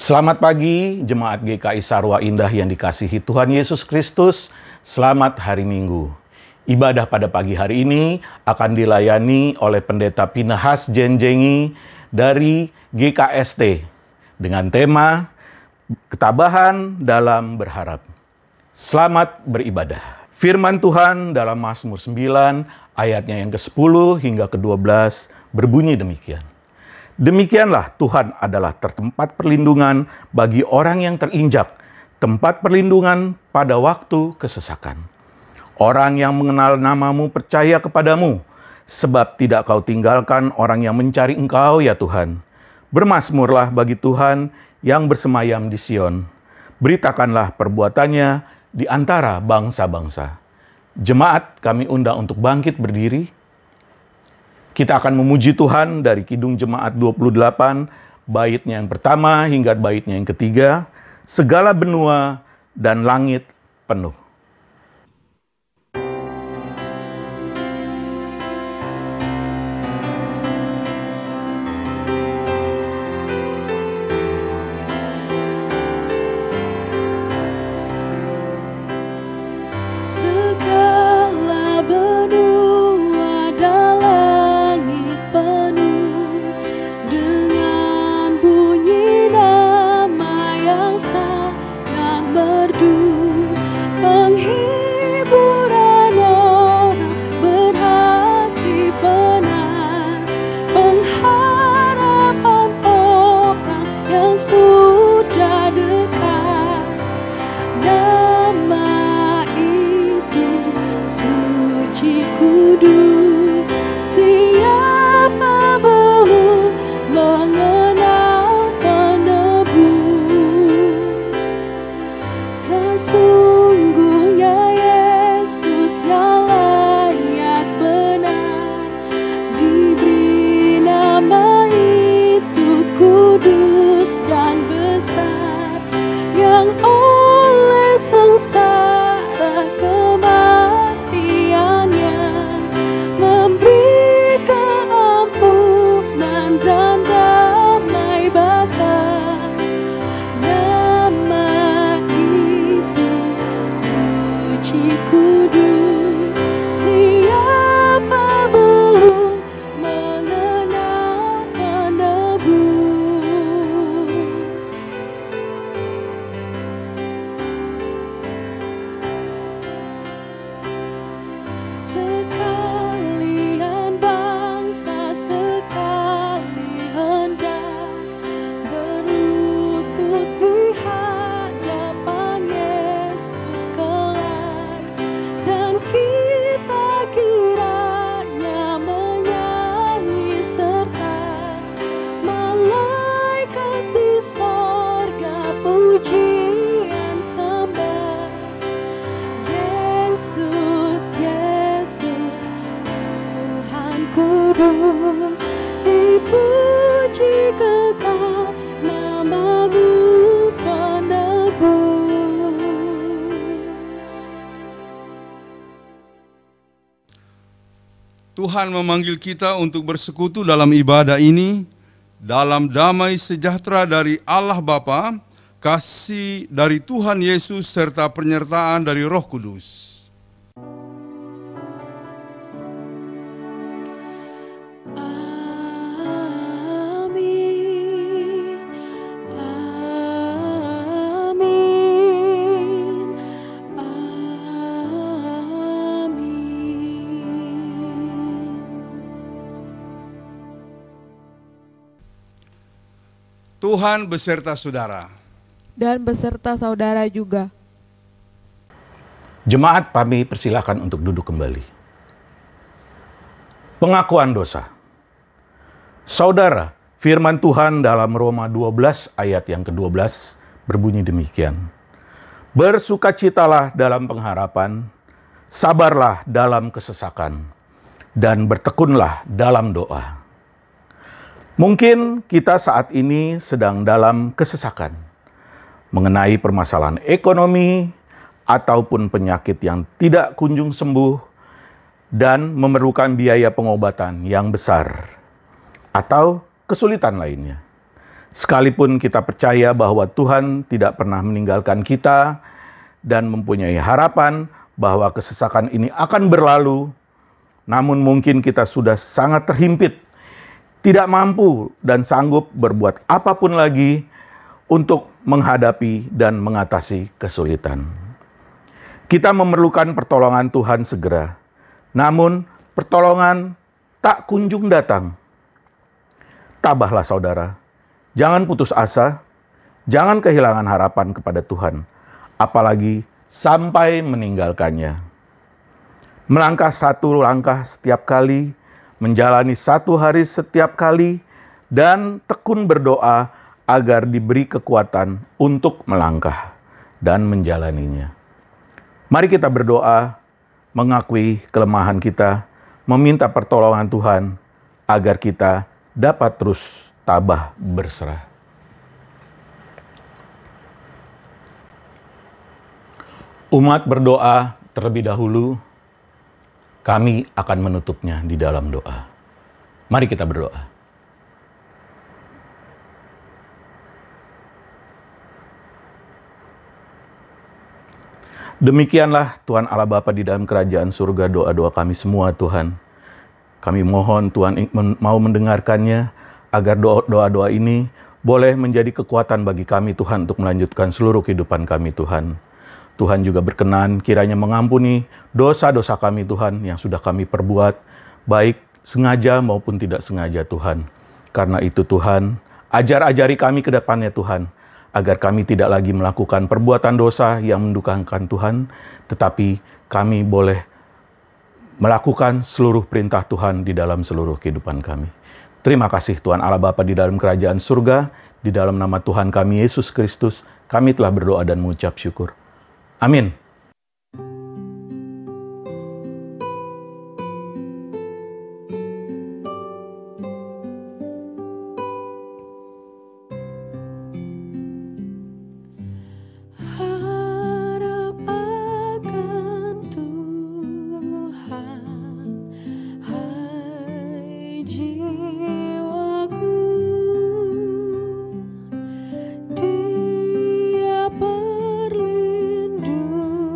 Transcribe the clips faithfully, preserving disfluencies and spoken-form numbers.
Selamat pagi, Jemaat G K I Sarwa Indah yang dikasihi Tuhan Yesus Kristus. Selamat hari Minggu. Ibadah pada pagi hari ini akan dilayani oleh Pendeta Pinahas Jenjengi dari G K S T dengan tema Ketabahan dalam Berharap. Selamat beribadah. Firman Tuhan dalam Mazmur sembilan ayatnya yang kesepuluh hingga kedua belas berbunyi demikian. Demikianlah Tuhan adalah tempat perlindungan bagi orang yang terinjak, tempat perlindungan pada waktu kesesakan. Orang yang mengenal namamu percaya kepadamu, sebab tidak kau tinggalkan orang yang mencari engkau ya Tuhan. Bermasmurlah bagi Tuhan yang bersemayam di Sion. Beritakanlah perbuatannya di antara bangsa-bangsa. Jemaat, kami undang untuk bangkit berdiri. Kita akan memuji Tuhan dari Kidung Jemaat dua puluh delapan, baitnya yang pertama hingga baitnya yang ketiga. Segala benua dan langit penuh. Tuhan memanggil kita untuk bersekutu dalam ibadah ini, dalam damai sejahtera dari Allah Bapa, kasih dari Tuhan Yesus, serta penyertaan dari Roh Kudus. Tuhan beserta saudara. Dan beserta saudara juga. Jemaat, kami persilakan untuk duduk kembali. Pengakuan dosa. Saudara, firman Tuhan dalam Roma dua belas ayat yang kedua belas berbunyi demikian. Bersukacitalah dalam pengharapan, sabarlah dalam kesesakan, dan bertekunlah dalam doa. Mungkin kita saat ini sedang dalam kesesakan mengenai permasalahan ekonomi ataupun penyakit yang tidak kunjung sembuh dan memerlukan biaya pengobatan yang besar atau kesulitan lainnya. Sekalipun kita percaya bahwa Tuhan tidak pernah meninggalkan kita dan mempunyai harapan bahwa kesesakan ini akan berlalu, namun mungkin kita sudah sangat terhimpit, tidak mampu dan sanggup berbuat apapun lagi untuk menghadapi dan mengatasi kesulitan. Kita memerlukan pertolongan Tuhan segera, namun pertolongan tak kunjung datang. Tabahlah saudara, jangan putus asa, jangan kehilangan harapan kepada Tuhan, apalagi sampai meninggalkannya. Melangkah satu langkah setiap kali, menjalani satu hari setiap kali, dan tekun berdoa agar diberi kekuatan untuk melangkah dan menjalaninya. Mari kita berdoa, mengakui kelemahan kita, meminta pertolongan Tuhan agar kita dapat terus tabah berserah. Umat berdoa terlebih dahulu, kami akan menutupnya di dalam doa. Mari kita berdoa. Demikianlah Tuhan Allah Bapa di dalam kerajaan surga, doa-doa kami semua Tuhan. Kami mohon Tuhan mau mendengarkannya agar doa-doa ini boleh menjadi kekuatan bagi kami Tuhan untuk melanjutkan seluruh kehidupan kami Tuhan. Tuhan juga berkenan kiranya mengampuni dosa-dosa kami Tuhan yang sudah kami perbuat, baik sengaja maupun tidak sengaja Tuhan. Karena itu Tuhan, ajar-ajari kami ke depannya Tuhan, agar kami tidak lagi melakukan perbuatan dosa yang mendukakan Tuhan, tetapi kami boleh melakukan seluruh perintah Tuhan di dalam seluruh kehidupan kami. Terima kasih Tuhan Allah Bapa di dalam kerajaan surga, di dalam nama Tuhan kami Yesus Kristus, kami telah berdoa dan mengucap syukur. Amin. Dia perlindungan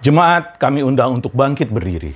Jemaat kami undang untuk bangkit berdiri.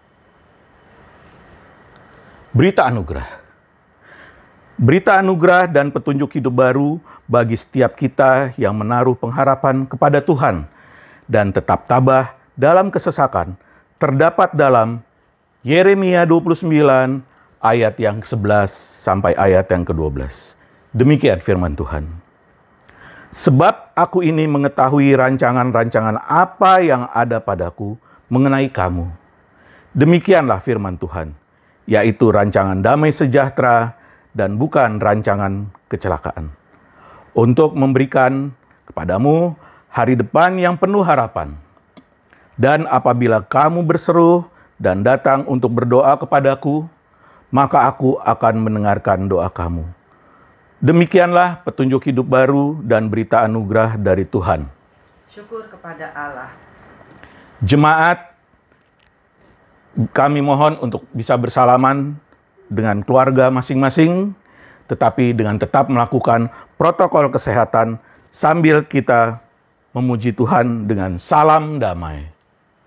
Berita anugerah. Berita anugerah dan petunjuk hidup baru bagi setiap kita yang menaruh pengharapan kepada Tuhan dan tetap tabah dalam kesesakan terdapat dalam Yeremia dua puluh sembilan ayat yang ke-sebelas sampai ayat yang ke-dua belas. Demikian firman Tuhan. Sebab aku ini mengetahui rancangan-rancangan apa yang ada padaku mengenai kamu. Demikianlah firman Tuhan, yaitu rancangan damai sejahtera dan bukan rancangan kecelakaan. Untuk memberikan kepadamu hari depan yang penuh harapan. Dan apabila kamu berseru dan datang untuk berdoa kepadaku, maka aku akan mendengarkan doa kamu. Demikianlah petunjuk hidup baru dan berita anugerah dari Tuhan. Syukur kepada Allah. Jemaat, kami mohon untuk bisa bersalaman dengan keluarga masing-masing, tetapi dengan tetap melakukan protokol kesehatan sambil kita memuji Tuhan dengan salam damai.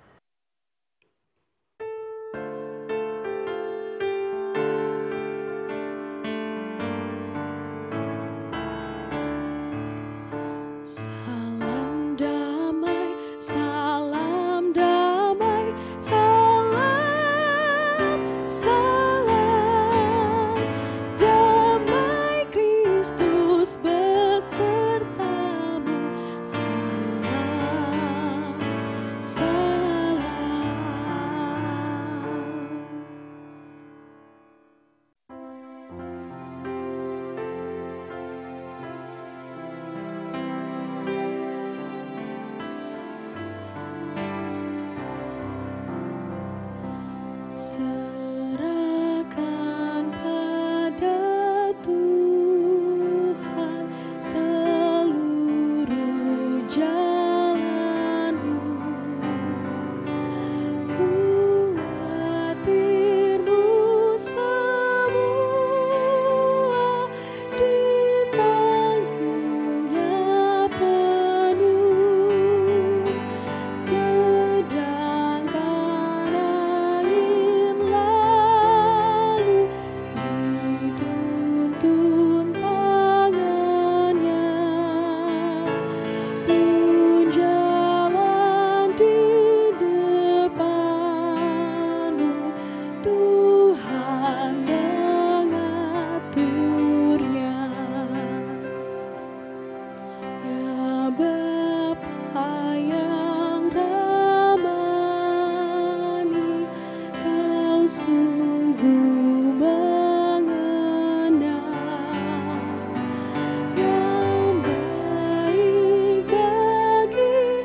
Salam damai, salam damai, salam, salam damai Kristus besertamu. Salam, salam. Serahkan pada Tuhan seluruh jalanmu. Kuatirmu semua ditanggungnya penuh. Sedangkan angin lalu dituntun tangannya, pun jalan di depanmu, Tuhan mengaturnya. Ya Bapa yang ramani, Kau sungguh mengenal yang baik bagi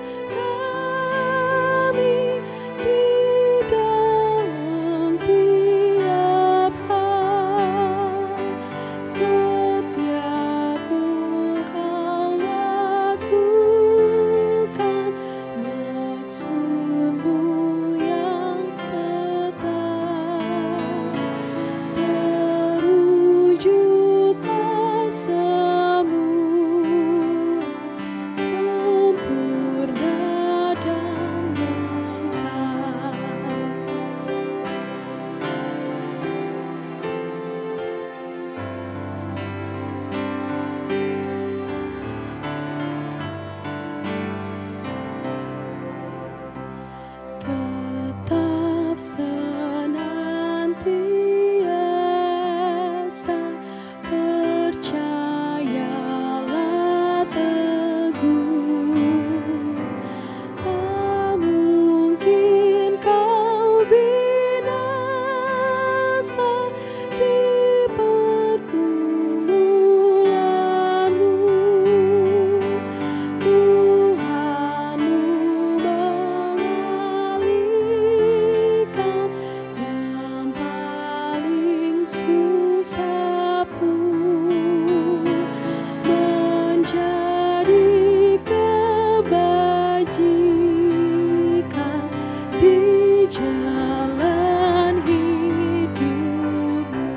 kami di dalam tiap hal. Setiap Engkau lakukan maksud-Mu yang tetap, terwujudlah semua sempurna dan lengkap. Tetap senantiasa percayalah teguh. Tak mungkin kau binasa di pergumulanmu. Tuhanmu mengalihkan yang paling susah pun menjadi kebajikan di jalan hidupmu.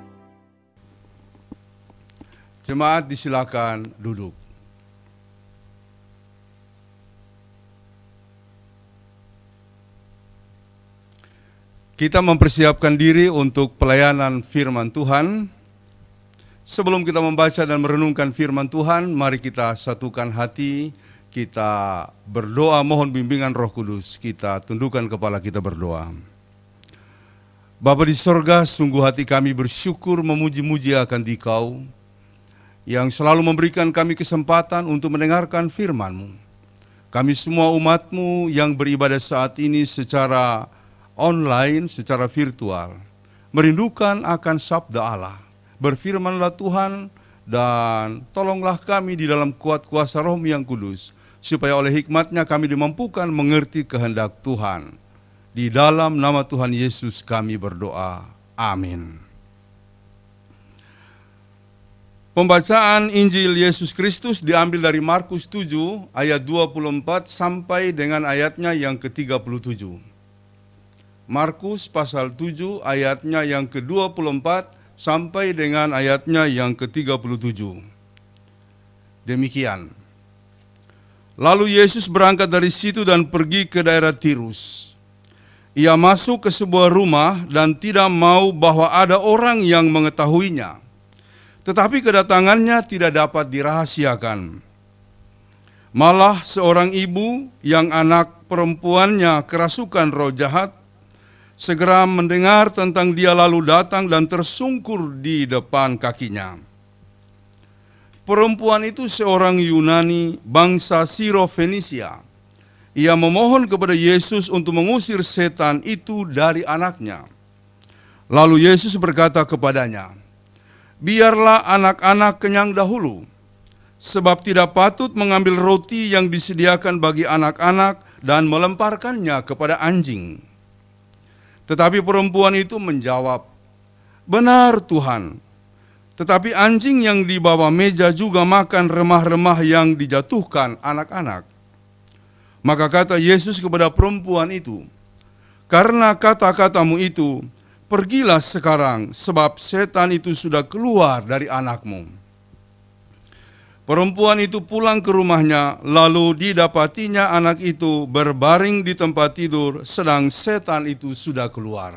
Jemaat disilakan duduk. Kita mempersiapkan diri untuk pelayanan firman Tuhan. Sebelum kita membaca dan merenungkan firman Tuhan, mari kita satukan hati, kita berdoa mohon bimbingan Roh Kudus. Kita tundukkan kepala kita berdoa. Bapa di sorga, sungguh hati kami bersyukur memuji-muji akan Dikau yang selalu memberikan kami kesempatan untuk mendengarkan firman-Mu. Kami semua umat-Mu yang beribadah saat ini secara online, secara virtual, merindukan akan sabda Allah. Berfirmanlah Tuhan, dan tolonglah kami di dalam kuat kuasa Roh-Mu yang kudus, supaya oleh hikmat-Nya kami dimampukan mengerti kehendak Tuhan. Di dalam nama Tuhan Yesus kami berdoa. Amin. Pembacaan Injil Yesus Kristus diambil dari Markus tujuh ayat dua puluh empat sampai dengan ayatnya yang ke tiga puluh tujuh. Markus pasal tujuh ayatnya yang ke dua puluh empat sampai dengan ayatnya yang ke tiga puluh tujuh. Demikian. Lalu Yesus berangkat dari situ dan pergi ke daerah Tirus. Ia masuk ke sebuah rumah dan tidak mau bahwa ada orang yang mengetahuinya. Tetapi kedatangannya tidak dapat dirahasiakan. Malah seorang ibu yang anak perempuannya kerasukan roh jahat, segera mendengar tentang dia lalu datang dan tersungkur di depan kakinya. Perempuan itu seorang Yunani bangsa Siro-Fenisia. Ia memohon kepada Yesus untuk mengusir setan itu dari anaknya. Lalu Yesus berkata kepadanya, "Biarlah anak-anak kenyang dahulu, sebab tidak patut mengambil roti yang disediakan bagi anak-anak dan melemparkannya kepada anjing." Tetapi perempuan itu menjawab, "Benar Tuhan, tetapi anjing yang di bawah meja juga makan remah-remah yang dijatuhkan anak-anak." Maka kata Yesus kepada perempuan itu, "Karena kata-katamu itu, pergilah sekarang, sebab setan itu sudah keluar dari anakmu." Perempuan itu pulang ke rumahnya, lalu didapatinya anak itu berbaring di tempat tidur, sedang setan itu sudah keluar.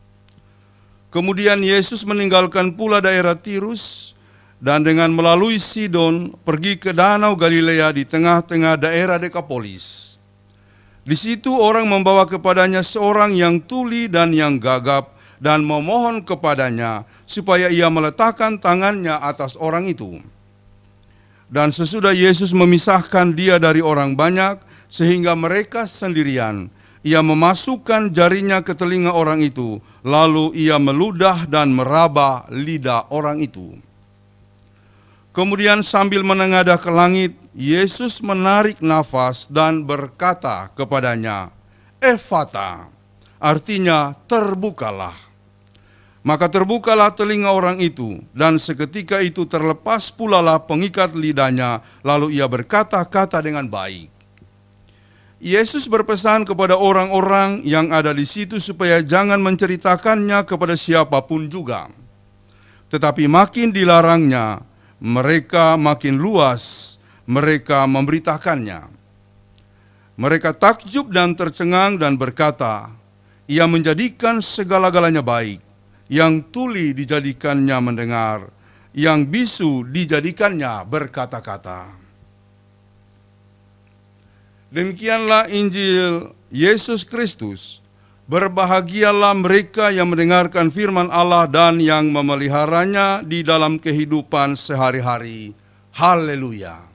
Kemudian Yesus meninggalkan pula daerah Tirus, dan dengan melalui Sidon, pergi ke Danau Galilea di tengah-tengah daerah Dekapolis. Di situ orang membawa kepadanya seorang yang tuli dan yang gagap, dan memohon kepadanya supaya ia meletakkan tangannya atas orang itu. Dan sesudah Yesus memisahkan dia dari orang banyak, sehingga mereka sendirian, ia memasukkan jarinya ke telinga orang itu, lalu ia meludah dan meraba lidah orang itu. Kemudian sambil menengadah ke langit, Yesus menarik nafas dan berkata kepadanya, "Efata," artinya terbukalah. Maka terbukalah telinga orang itu, dan seketika itu terlepas pulalah pengikat lidahnya, lalu ia berkata-kata dengan baik. Yesus berpesan kepada orang-orang yang ada di situ supaya jangan menceritakannya kepada siapapun juga. Tetapi makin dilarangnya, mereka makin luas, mereka memberitakannya. Mereka takjub dan tercengang dan berkata, "Ia menjadikan segala-galanya baik. Yang tuli dijadikannya mendengar, yang bisu dijadikannya berkata-kata." Demikianlah Injil Yesus Kristus. Berbahagialah mereka yang mendengarkan firman Allah dan yang memeliharanya di dalam kehidupan sehari-hari. Haleluya.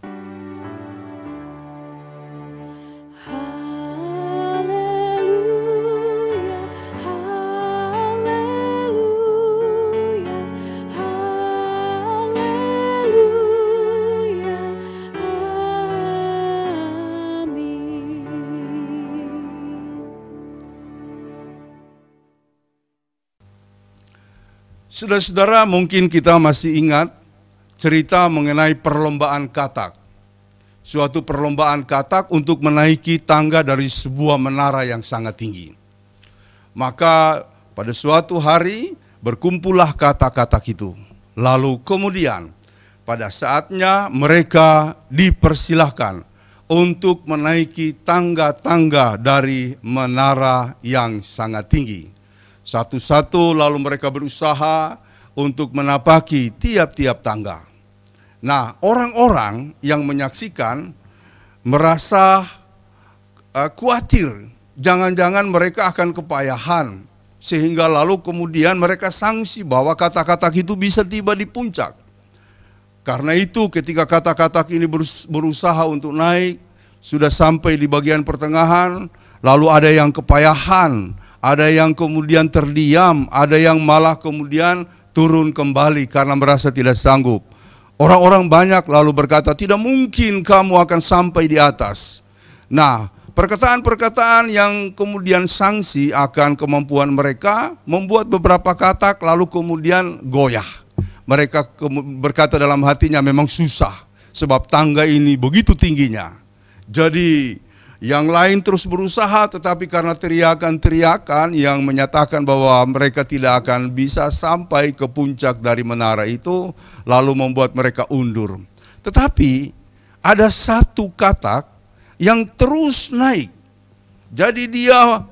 Saudara-saudara, mungkin kita masih ingat cerita mengenai perlombaan katak. Suatu perlombaan katak untuk menaiki tangga dari sebuah menara yang sangat tinggi. Maka pada suatu hari berkumpullah katak-katak itu. Lalu kemudian pada saatnya mereka dipersilahkan untuk menaiki tangga-tangga dari menara yang sangat tinggi. Satu-satu lalu mereka berusaha untuk menapaki tiap-tiap tangga. Nah, orang-orang yang menyaksikan merasa uh, khawatir, jangan-jangan mereka akan kepayahan, sehingga lalu kemudian mereka sangsi bahwa kata-kata itu bisa tiba di puncak. Karena itu ketika kata-kata ini berusaha untuk naik, sudah sampai di bagian pertengahan, lalu ada yang kepayahan, ada yang kemudian terdiam, ada yang malah kemudian turun kembali karena merasa tidak sanggup. Orang-orang banyak lalu berkata, tidak mungkin kamu akan sampai di atas. Nah, perkataan-perkataan yang kemudian sangsi akan kemampuan mereka membuat beberapa katak lalu kemudian goyah. Mereka berkata dalam hatinya, memang susah sebab tangga ini begitu tingginya. Jadi yang lain terus berusaha, tetapi karena teriakan-teriakan yang menyatakan bahwa mereka tidak akan bisa sampai ke puncak dari menara itu, lalu membuat mereka undur. Tetapi ada satu katak yang terus naik. Jadi dia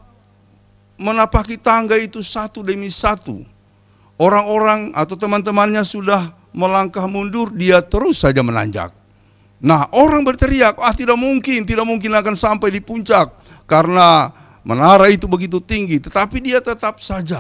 menapaki tangga itu satu demi satu. Orang-orang atau teman-temannya sudah melangkah mundur, dia terus saja menanjak. Nah, orang berteriak, ah tidak mungkin, tidak mungkin akan sampai di puncak karena menara itu begitu tinggi. Tetapi dia tetap saja.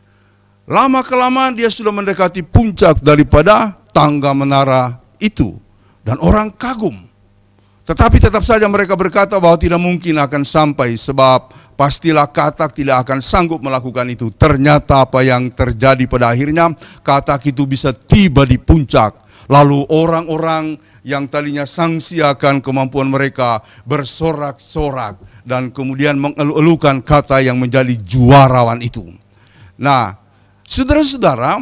Lama-kelamaan dia sudah mendekati puncak daripada tangga menara itu. Dan orang kagum. Tetapi tetap saja mereka berkata bahwa tidak mungkin akan sampai sebab pastilah katak tidak akan sanggup melakukan itu. Ternyata apa yang terjadi pada akhirnya, katak itu bisa tiba di puncak. Lalu orang-orang yang tadinya sangsi akan kemampuan mereka bersorak-sorak dan kemudian mengeluh-elukan kata yang menjadi juarawan itu. Nah, saudara-saudara,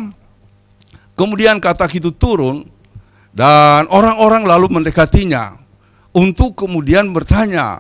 kemudian katak itu turun dan orang-orang lalu mendekatinya untuk kemudian bertanya,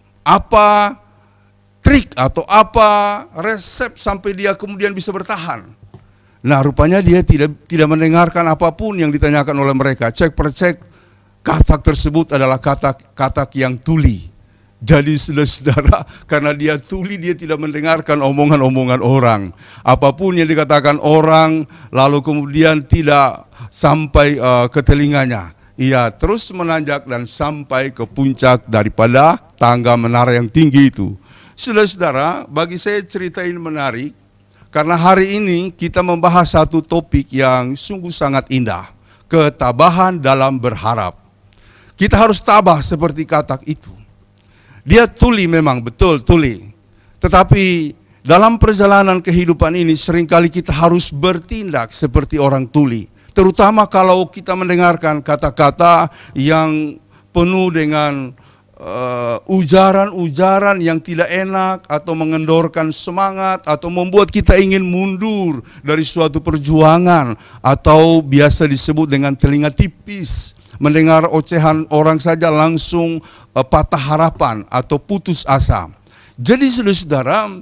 apa trik atau apa resep sampai dia kemudian bisa bertahan. Nah, rupanya dia tidak tidak mendengarkan apapun yang ditanyakan oleh mereka. Cek per cek, katak tersebut adalah katak-katak yang tuli. Jadi saudara-saudara, karena dia tuli, dia tidak mendengarkan omongan-omongan orang. Apapun yang dikatakan orang, lalu kemudian tidak sampai uh, ke telinganya. Ia terus menanjak dan sampai ke puncak daripada tangga menara yang tinggi itu. Saudara-saudara, bagi saya cerita ini menarik, karena hari ini kita membahas satu topik yang sungguh sangat indah. Ketabahan dalam berharap. Kita harus tabah seperti katak itu. Dia tuli memang, betul tuli. Tetapi dalam perjalanan kehidupan ini seringkali kita harus bertindak seperti orang tuli. Terutama kalau kita mendengarkan kata-kata yang penuh dengan Uh, ujaran-ujaran yang tidak enak atau mengendorkan semangat atau membuat kita ingin mundur dari suatu perjuangan, atau biasa disebut dengan telinga tipis, mendengar ocehan orang saja langsung uh, patah harapan atau putus asa. Jadi saudara-saudara,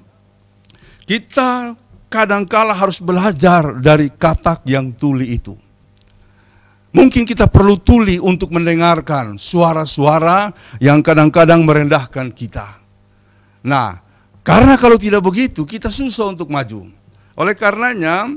kita kadangkala harus belajar dari katak yang tuli itu. Mungkin kita perlu tuli untuk mendengarkan suara-suara yang kadang-kadang merendahkan kita. Nah, karena kalau tidak begitu, kita susah untuk maju. Oleh karenanya,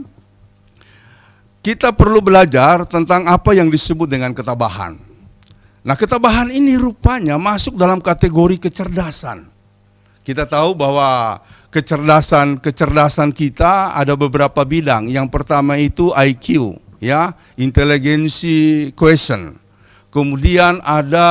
kita perlu belajar tentang apa yang disebut dengan ketabahan. Nah, ketabahan ini rupanya masuk dalam kategori kecerdasan. Kita tahu bahwa kecerdasan-kecerdasan kita ada beberapa bidang. Yang pertama itu I Q. Ya, inteligensi quotient. Kemudian ada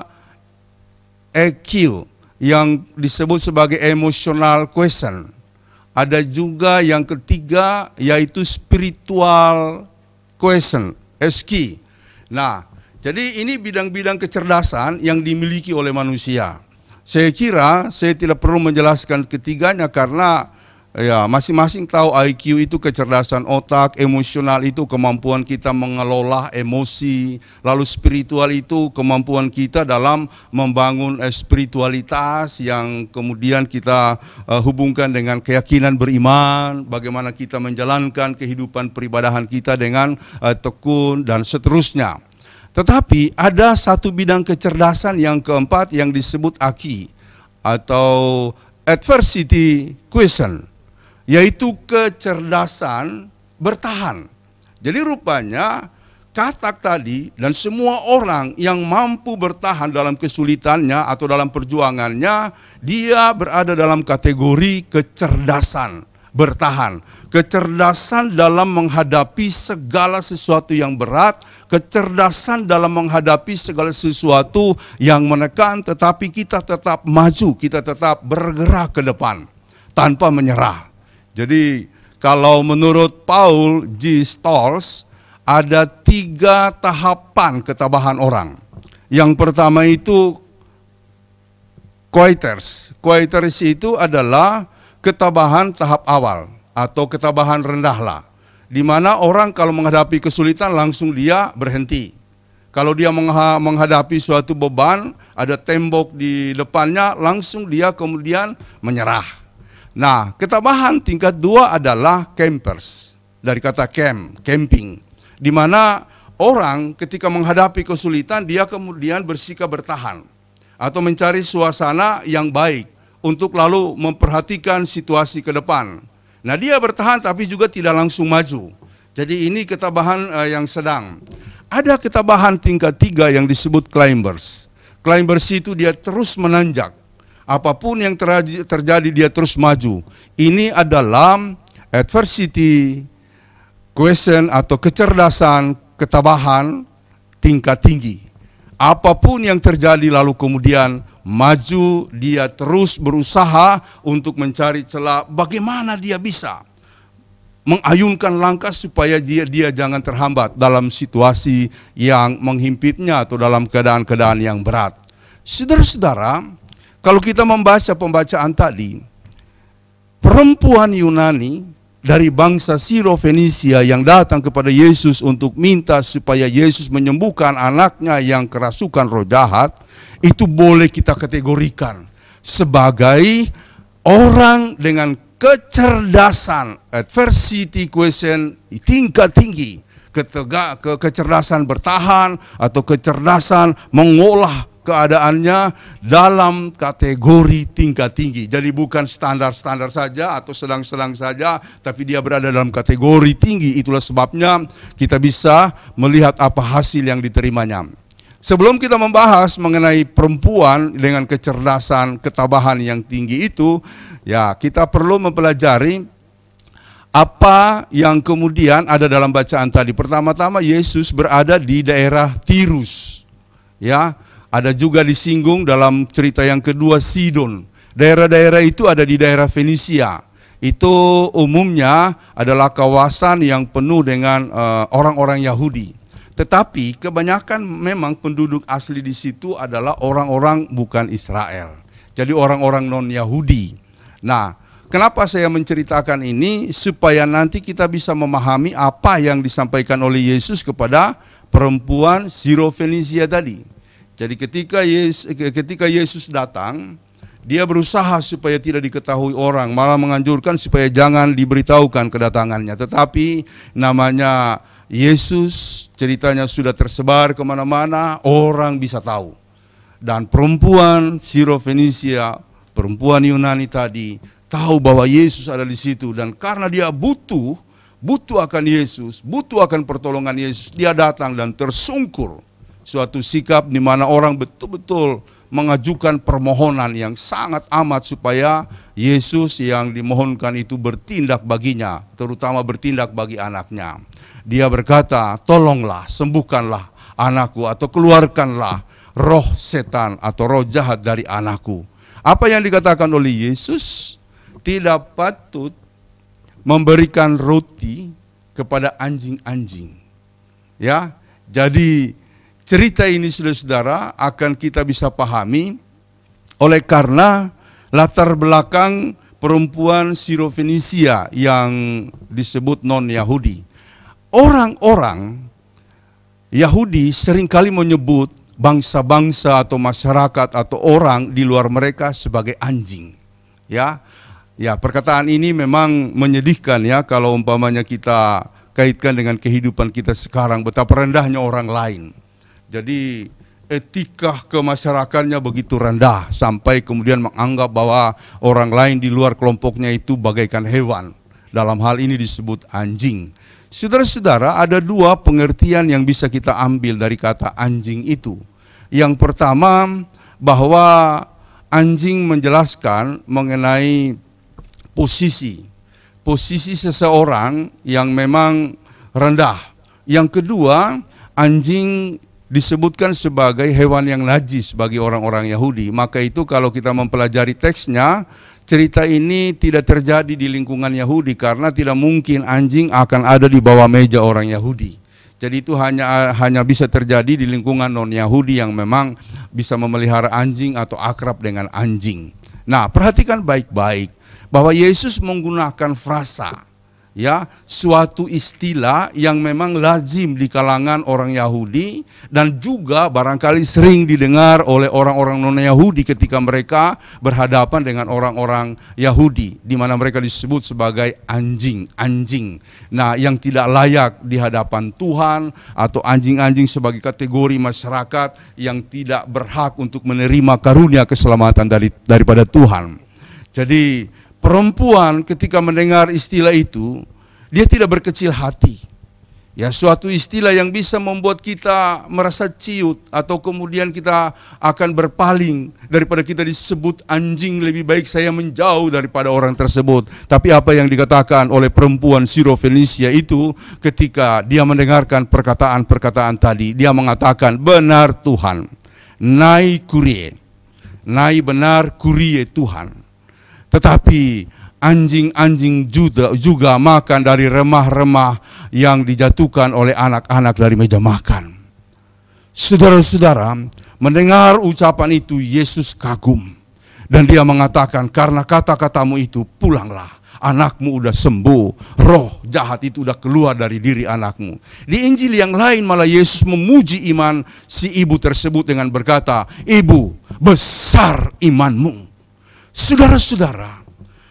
E Q yang disebut sebagai emotional quotient. Ada juga yang ketiga yaitu spiritual quotient, S Q. Nah, jadi ini bidang-bidang kecerdasan yang dimiliki oleh manusia. Saya kira saya tidak perlu menjelaskan ketiganya karena ya, masing-masing tahu I Q itu kecerdasan otak, emosional itu kemampuan kita mengelola emosi, lalu spiritual itu kemampuan kita dalam membangun eh, spiritualitas yang kemudian kita eh, hubungkan dengan keyakinan beriman, bagaimana kita menjalankan kehidupan peribadahan kita dengan eh, tekun dan seterusnya. Tetapi ada satu bidang kecerdasan yang keempat yang disebut A Q I atau Adversity Question, yaitu kecerdasan bertahan. Jadi rupanya Katak tadi dan semua orang yang mampu bertahan dalam kesulitannya atau dalam perjuangannya, dia berada dalam kategori kecerdasan bertahan. Kecerdasan dalam menghadapi segala sesuatu yang berat, kecerdasan dalam menghadapi segala sesuatu yang menekan, tetapi kita tetap maju, kita tetap bergerak ke depan tanpa menyerah. Jadi kalau menurut Paul G. Stolz, ada tiga tahapan ketabahan orang. Yang pertama itu Quaiters. Quaiters itu adalah ketabahan tahap awal atau ketabahan rendahlah, di mana orang kalau menghadapi kesulitan langsung dia berhenti. Kalau dia menghadapi suatu beban, ada tembok di depannya, langsung dia kemudian menyerah. Nah, ketabahan tingkat dua adalah campers, dari kata camp, camping, di mana orang ketika menghadapi kesulitan dia kemudian bersikap bertahan atau mencari suasana yang baik untuk lalu memperhatikan situasi ke depan. Nah, dia bertahan tapi juga tidak langsung maju. Jadi ini ketabahan uh, yang sedang. Ada ketabahan tingkat tiga yang disebut climbers. Climbers itu dia terus menanjak. Apapun yang terjadi dia terus maju. Ini adalah adversity question atau kecerdasan ketabahan tingkat tinggi. Apapun yang terjadi lalu kemudian maju, dia terus berusaha untuk mencari celah bagaimana dia bisa mengayunkan langkah supaya dia, dia jangan terhambat dalam situasi yang menghimpitnya atau dalam keadaan-keadaan yang berat. Saudara-saudara, kalau kita membaca pembacaan tadi, perempuan Yunani dari bangsa Siro-Fenisia yang datang kepada Yesus untuk minta supaya Yesus menyembuhkan anaknya yang kerasukan roh jahat, itu boleh kita kategorikan sebagai orang dengan kecerdasan, adversity question tingkat tinggi, ketega, ke, kecerdasan bertahan atau kecerdasan mengolah keadaannya dalam kategori tingkat tinggi. Jadi bukan standar-standar saja atau sedang-sedang saja, tapi dia berada dalam kategori tinggi. Itulah sebabnya kita bisa melihat apa hasil yang diterimanya. Sebelum kita membahas mengenai perempuan dengan kecerdasan, ketabahan yang tinggi itu, ya kita perlu mempelajari apa yang kemudian ada dalam bacaan tadi. Pertama-tama Yesus berada di daerah Tirus, ya. Ada juga disinggung dalam cerita yang kedua Sidon. Daerah-daerah itu ada di daerah Fenisia. Itu umumnya adalah kawasan yang penuh dengan uh, orang-orang Yahudi. Tetapi kebanyakan memang penduduk asli di situ adalah orang-orang bukan Israel. Jadi orang-orang non-Yahudi. Nah, kenapa saya menceritakan ini? Supaya nanti kita bisa memahami apa yang disampaikan oleh Yesus kepada perempuan Siro-Fenisia tadi. Jadi ketika Yesus, ketika Yesus datang, dia berusaha supaya tidak diketahui orang, malah menganjurkan supaya jangan diberitahukan kedatangannya. Tetapi namanya Yesus, ceritanya sudah tersebar kemana-mana, orang bisa tahu. Dan perempuan Siro-Fenisia, perempuan Yunani tadi, tahu bahwa Yesus ada di situ. Dan karena dia butuh, butuh akan Yesus, butuh akan pertolongan Yesus, dia datang dan tersungkur. Suatu sikap di mana orang betul-betul mengajukan permohonan yang sangat amat supaya Yesus yang dimohonkan itu bertindak baginya, terutama bertindak bagi anaknya. Dia berkata, tolonglah, sembuhkanlah anakku atau keluarkanlah roh setan atau roh jahat dari anakku. Apa yang dikatakan oleh Yesus? Tidak patut memberikan roti kepada anjing-anjing. Ya, jadi cerita ini saudara-saudara akan kita bisa pahami oleh karena latar belakang perempuan Siro-Fenisia yang disebut non-Yahudi. Orang-orang Yahudi seringkali menyebut bangsa-bangsa atau masyarakat atau orang di luar mereka sebagai anjing. Ya, ya perkataan ini memang menyedihkan ya kalau umpamanya kita kaitkan dengan kehidupan kita sekarang, betapa rendahnya orang lain. Jadi etika kemasyarakatnya begitu rendah sampai kemudian menganggap bahwa orang lain di luar kelompoknya itu bagaikan hewan. Dalam hal ini disebut anjing. Saudara-saudara, ada dua pengertian yang bisa kita ambil dari kata anjing itu. Yang pertama, bahwa anjing menjelaskan mengenai posisi. Posisi seseorang yang memang rendah. Yang kedua, anjing disebutkan sebagai hewan yang najis bagi orang-orang Yahudi. Maka itu kalau kita mempelajari teksnya, cerita ini tidak terjadi di lingkungan Yahudi karena tidak mungkin anjing akan ada di bawah meja orang Yahudi. Jadi itu hanya hanya bisa terjadi di lingkungan non-Yahudi yang memang bisa memelihara anjing atau akrab dengan anjing. Nah, perhatikan baik-baik bahwa Yesus menggunakan frasa, ya, suatu istilah yang memang lazim di kalangan orang Yahudi dan juga barangkali sering didengar oleh orang-orang non-Yahudi ketika mereka berhadapan dengan orang-orang Yahudi, di mana mereka disebut sebagai anjing-anjing. Nah, yang tidak layak di hadapan Tuhan, atau anjing-anjing sebagai kategori masyarakat yang tidak berhak untuk menerima karunia keselamatan dari daripada Tuhan. Jadi perempuan ketika mendengar istilah itu, dia tidak berkecil hati. Ya, suatu istilah yang bisa membuat kita merasa ciut atau kemudian kita akan berpaling daripada kita disebut anjing, lebih baik saya menjauh daripada orang tersebut. Tapi apa yang dikatakan oleh perempuan Sirofenisia itu ketika dia mendengarkan perkataan-perkataan tadi, dia mengatakan, benar Tuhan, nai kurie, nai benar kurie Tuhan. Tetapi anjing-anjing juga, juga makan dari remah-remah yang dijatuhkan oleh anak-anak dari meja makan. Saudara-saudara, mendengar ucapan itu Yesus kagum. Dan dia mengatakan, karena kata-katamu itu pulanglah. Anakmu udah sembuh, roh jahat itu udah keluar dari diri anakmu. Di Injil yang lain malah Yesus memuji iman si ibu tersebut dengan berkata, ibu, besar imanmu. Saudara-saudara,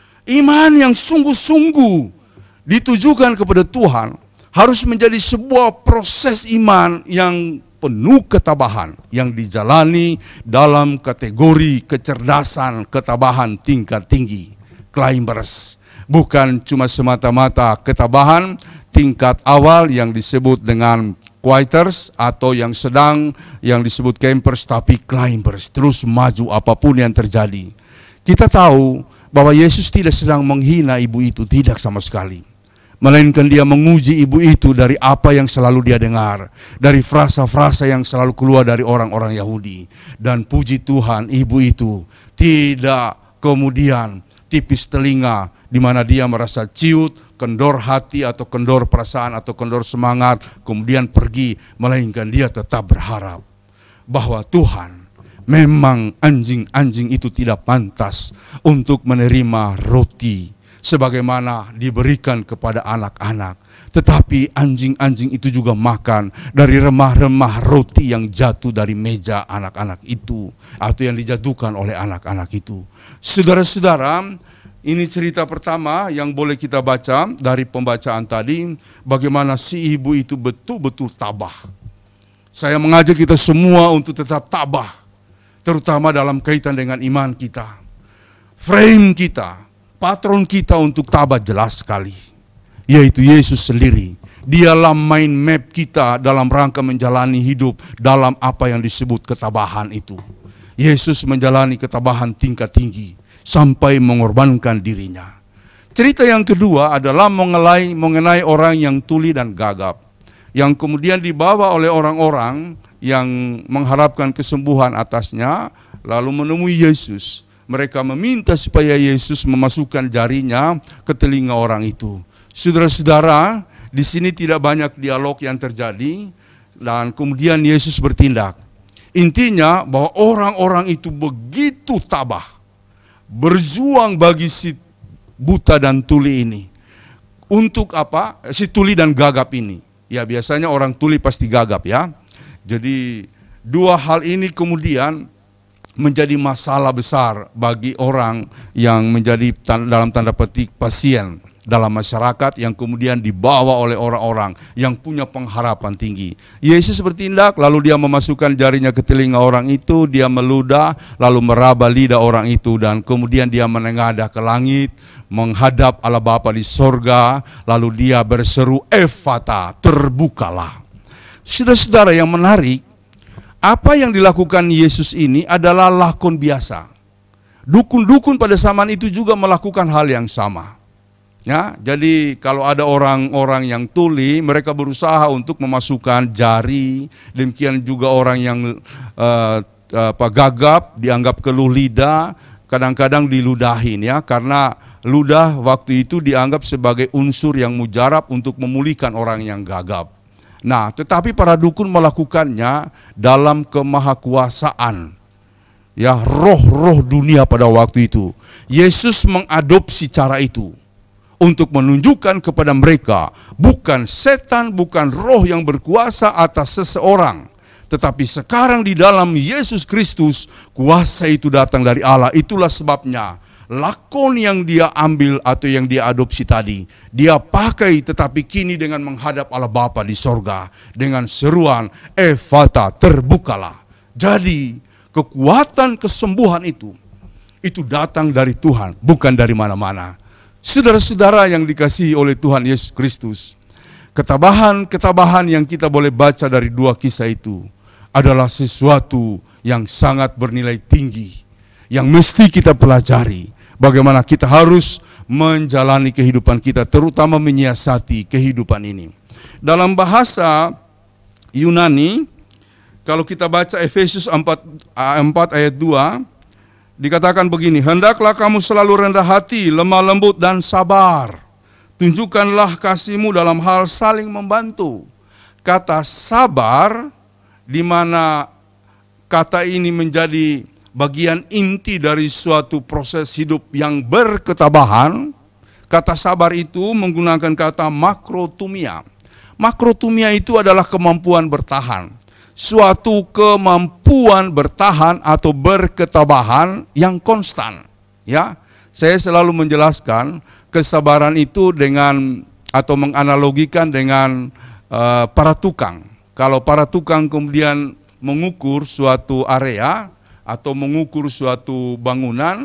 iman yang sungguh-sungguh ditujukan kepada Tuhan harus menjadi sebuah proses iman yang penuh ketabahan, yang dijalani dalam kategori kecerdasan, ketabahan tingkat tinggi, climbers. Bukan cuma semata-mata ketabahan tingkat awal yang disebut dengan quieters atau yang sedang yang disebut campers, tapi climbers, terus maju apapun yang terjadi. Kita tahu bahwa Yesus tidak sedang menghina ibu itu, tidak sama sekali. Melainkan dia menguji ibu itu dari apa yang selalu dia dengar, dari frasa-frasa yang selalu keluar dari orang-orang Yahudi. Dan puji Tuhan, ibu itu tidak kemudian tipis telinga, di mana dia merasa ciut, kendor hati atau kendor perasaan atau kendor semangat, kemudian pergi. Melainkan dia tetap berharap bahwa Tuhan, memang anjing-anjing itu tidak pantas untuk menerima roti sebagaimana diberikan kepada anak-anak. Tetapi anjing-anjing itu juga makan dari remah-remah roti yang jatuh dari meja anak-anak itu, atau yang dijatuhkan oleh anak-anak itu. Saudara-saudara, ini cerita pertama yang boleh kita baca dari pembacaan tadi, bagaimana si ibu itu betul-betul tabah. Saya mengajak kita semua untuk tetap tabah, terutama dalam kaitan dengan iman kita. Frame kita, patron kita untuk tabah jelas sekali, yaitu Yesus sendiri. Dialah mind map kita dalam rangka menjalani hidup dalam apa yang disebut ketabahan itu. Yesus menjalani ketabahan tingkat tinggi sampai mengorbankan dirinya. Cerita yang kedua adalah mengenai, mengenai orang yang tuli dan gagap, yang kemudian dibawa oleh orang-orang yang mengharapkan kesembuhan atasnya, lalu menemui Yesus. Mereka meminta supaya Yesus memasukkan jarinya ke telinga orang itu. Saudara-saudara, di sini tidak banyak dialog yang terjadi, dan kemudian Yesus bertindak. Intinya bahwa orang-orang itu begitu tabah, berjuang bagi si buta dan tuli ini. Untuk apa? Si tuli dan gagap ini. Ya, biasanya orang tuli pasti gagap, ya. Jadi dua hal ini kemudian menjadi masalah besar bagi orang yang menjadi dalam tanda petik pasien dalam masyarakat yang kemudian dibawa oleh orang-orang yang punya pengharapan tinggi. Yesus bertindak, lalu dia memasukkan jarinya ke telinga orang itu, dia meludah, lalu meraba lidah orang itu, dan kemudian dia menengadah ke langit, menghadap Allah Bapa di sorga, lalu dia berseru, Efata, terbukalah. Saudara-saudara, yang menarik, apa yang dilakukan Yesus ini adalah lakon biasa. Dukun-dukun pada zaman itu juga melakukan hal yang sama. Ya, jadi kalau ada orang-orang yang tuli, mereka berusaha untuk memasukkan jari. Demikian juga orang yang uh, apa, gagap, dianggap keluh lidah, kadang-kadang diludahin ya, karena ludah waktu itu dianggap sebagai unsur yang mujarab untuk memulihkan orang yang gagap. Nah, tetapi para dukun melakukannya dalam kemahakuasaan. Ya, roh-roh dunia pada waktu itu. Yesus mengadopsi cara itu untuk menunjukkan kepada mereka bukan setan, bukan roh yang berkuasa atas seseorang, tetapi sekarang di dalam Yesus Kristus kuasa itu datang dari Allah. Itulah sebabnya lakon yang dia ambil atau yang dia adopsi tadi, dia pakai tetapi kini dengan menghadap Allah Bapa di sorga dengan seruan Efata, terbukalah. Jadi kekuatan kesembuhan itu itu datang dari Tuhan, bukan dari mana-mana. Saudara-saudara yang dikasihi oleh Tuhan Yesus Kristus, ketabahan-ketabahan yang kita boleh baca dari dua kisah itu adalah sesuatu yang sangat bernilai tinggi, yang mesti kita pelajari. Bagaimana kita harus menjalani kehidupan kita, terutama menyiasati kehidupan ini. Dalam bahasa Yunani, kalau kita baca Efesus empat ayat dua, dikatakan begini, hendaklah kamu selalu rendah hati, lemah lembut dan sabar. Tunjukkanlah kasihmu dalam hal saling membantu. Kata sabar, di mana kata ini menjadi bagian inti dari suatu proses hidup yang berketabahan. Kata sabar itu menggunakan kata makrotumia. Makrotumia itu adalah kemampuan bertahan. Suatu kemampuan bertahan atau berketabahan yang konstan. Ya, saya selalu menjelaskan kesabaran itu dengan atau menganalogikan dengan uh, para tukang. Kalau para tukang kemudian mengukur suatu area atau mengukur suatu bangunan,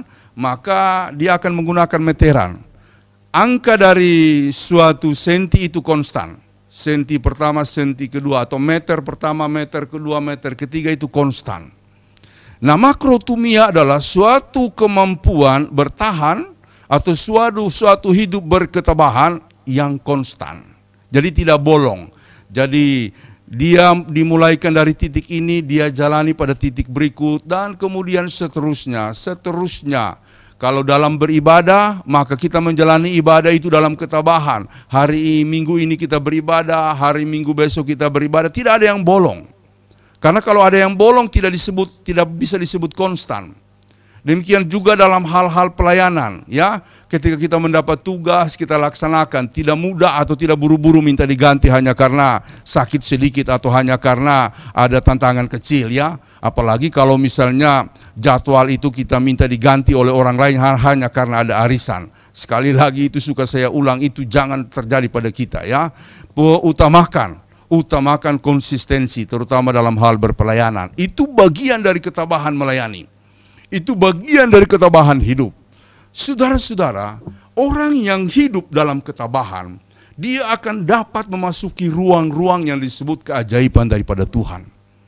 maka dia akan menggunakan meteran. Angka dari suatu senti itu konstan. Senti pertama, senti kedua, atau meter pertama, meter kedua, meter ketiga itu konstan. Nah, makrotumia adalah suatu kemampuan bertahan atau suatu suatu hidup berketabahan yang konstan. Jadi tidak bolong. Jadi dia dimulaikan dari titik ini, dia jalani pada titik berikut, dan kemudian seterusnya, seterusnya. Kalau dalam beribadah, maka kita menjalani ibadah itu dalam ketabahan. Hari Minggu ini kita beribadah, hari Minggu besok kita beribadah, tidak ada yang bolong. Karena kalau ada yang bolong tidak disebut, tidak bisa disebut konstan. Demikian juga dalam hal-hal pelayanan, ya. Ketika kita mendapat tugas, kita laksanakan, tidak mudah atau tidak buru-buru minta diganti hanya karena sakit sedikit atau hanya karena ada tantangan kecil, ya. Apalagi kalau misalnya jadwal itu kita minta diganti oleh orang lain hanya karena ada arisan. Sekali lagi itu suka saya ulang, itu jangan terjadi pada kita, ya. Utamakan, utamakan konsistensi terutama dalam hal berpelayanan. Itu bagian dari ketabahan melayani. Itu bagian dari ketabahan hidup. Saudara-saudara, orang yang hidup dalam ketabahan, dia akan dapat memasuki ruang-ruang yang disebut keajaiban daripada Tuhan.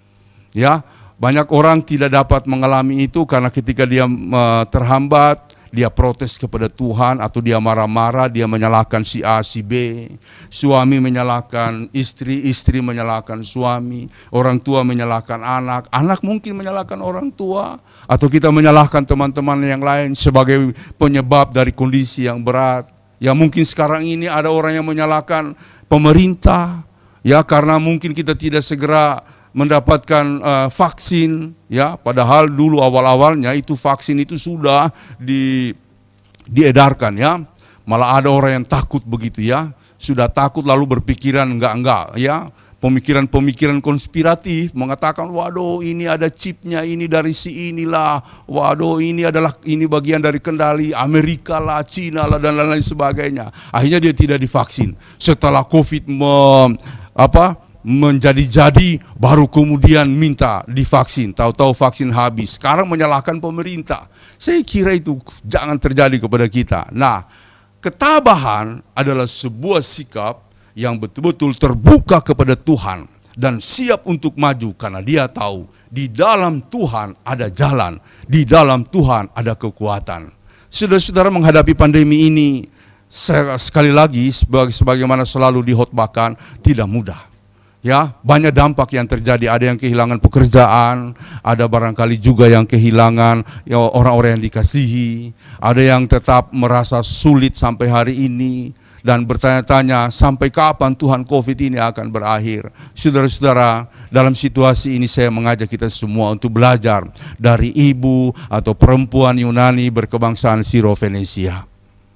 Ya, banyak orang tidak dapat mengalami itu karena ketika dia uh, terhambat, dia protes kepada Tuhan atau dia marah-marah, dia menyalahkan si A, si B. Suami menyalahkan istri, istri menyalahkan suami, orang tua menyalahkan anak, anak mungkin menyalahkan orang tua, atau kita menyalahkan teman-teman yang lain sebagai penyebab dari kondisi yang berat. Ya mungkin sekarang ini ada orang yang menyalahkan pemerintah, ya karena mungkin kita tidak segera mendapatkan uh, vaksin, ya padahal dulu awal-awalnya itu vaksin itu sudah di, diedarkan, ya malah ada orang yang takut begitu, ya sudah takut lalu berpikiran enggak-enggak, ya pemikiran-pemikiran konspiratif mengatakan, waduh ini ada chipnya, ini dari si inilah, waduh ini adalah ini bagian dari kendali Amerika lah, Cina lah, dan lain-lain sebagainya. Akhirnya dia tidak divaksin. Setelah COVID me, apa, menjadi-jadi, baru kemudian minta divaksin. Tahu-tahu vaksin habis. Sekarang menyalahkan pemerintah. Saya kira itu jangan terjadi kepada kita. Nah, ketabahan adalah sebuah sikap yang betul-betul terbuka kepada Tuhan dan siap untuk maju karena dia tahu di dalam Tuhan ada jalan, di dalam Tuhan ada kekuatan. Saudara-saudara, menghadapi pandemi ini, saya, sekali lagi sebagaimana selalu dihotbahkan, tidak mudah. Ya, banyak dampak yang terjadi. Ada yang kehilangan pekerjaan, ada barangkali juga yang kehilangan ya, orang-orang yang dikasihi, ada yang tetap merasa sulit sampai hari ini dan bertanya-tanya sampai kapan Tuhan COVID ini akan berakhir. Saudara-saudara, dalam situasi ini saya mengajak kita semua untuk belajar dari ibu atau perempuan Yunani berkebangsaan Siro-Fenisia,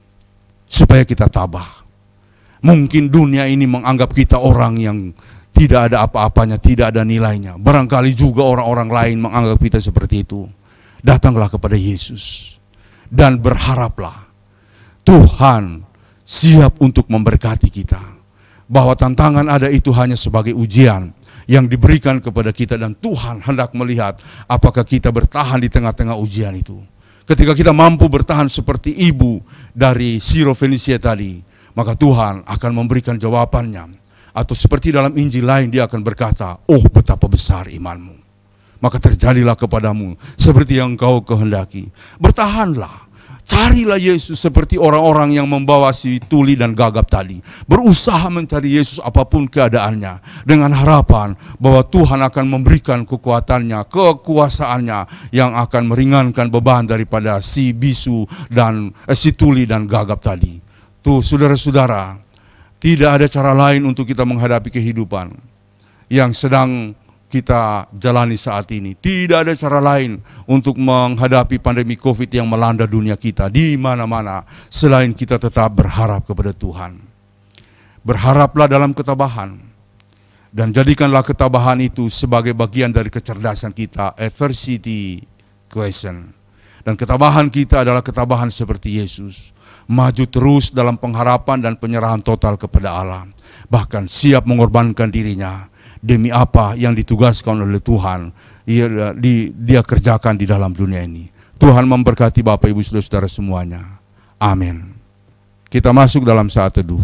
supaya kita tabah. Mungkin dunia ini menganggap kita orang yang tidak ada apa-apanya, tidak ada nilainya. Barangkali juga orang-orang lain menganggap kita seperti itu. Datanglah kepada Yesus dan berharaplah Tuhan siap untuk memberkati kita. Bahwa tantangan ada itu hanya sebagai ujian yang diberikan kepada kita, dan Tuhan hendak melihat apakah kita bertahan di tengah-tengah ujian itu. Ketika kita mampu bertahan seperti ibu dari Siro-Fenisia tadi, maka Tuhan akan memberikan jawabannya. Atau seperti dalam Injil lain dia akan berkata, oh betapa besar imanmu, maka terjadilah kepadamu seperti yang kau kehendaki. Bertahanlah. Carilah Yesus seperti orang-orang yang membawa si tuli dan gagap tadi. Berusaha mencari Yesus apapun keadaannya. Dengan harapan bahwa Tuhan akan memberikan kekuatannya, kekuasaannya yang akan meringankan beban daripada si bisu dan eh, si tuli dan gagap tadi. Tuh saudara-saudara, tidak ada cara lain untuk kita menghadapi kehidupan yang sedang kita jalani saat ini. Tidak ada cara lain untuk menghadapi pandemi COVID yang melanda dunia kita di mana-mana selain kita tetap berharap kepada Tuhan. Berharaplah dalam ketabahan dan jadikanlah ketabahan itu sebagai bagian dari kecerdasan kita, adversity question. Dan ketabahan kita adalah ketabahan seperti Yesus, maju terus dalam pengharapan dan penyerahan total kepada Allah, bahkan siap mengorbankan dirinya demi apa yang ditugaskan oleh Tuhan, dia, di, dia kerjakan di dalam dunia ini. Tuhan memberkati Bapak Ibu Saudara-saudara semuanya. Amin. Kita masuk dalam saat teduh.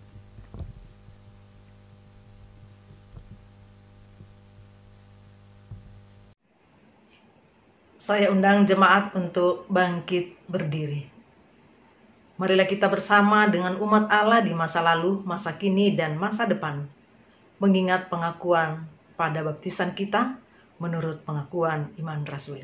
Saya undang jemaat untuk bangkit berdiri. Marilah kita bersama dengan umat Allah di masa lalu, masa kini, dan masa depan, mengingat pengakuan pada baptisan kita menurut pengakuan iman rasuli.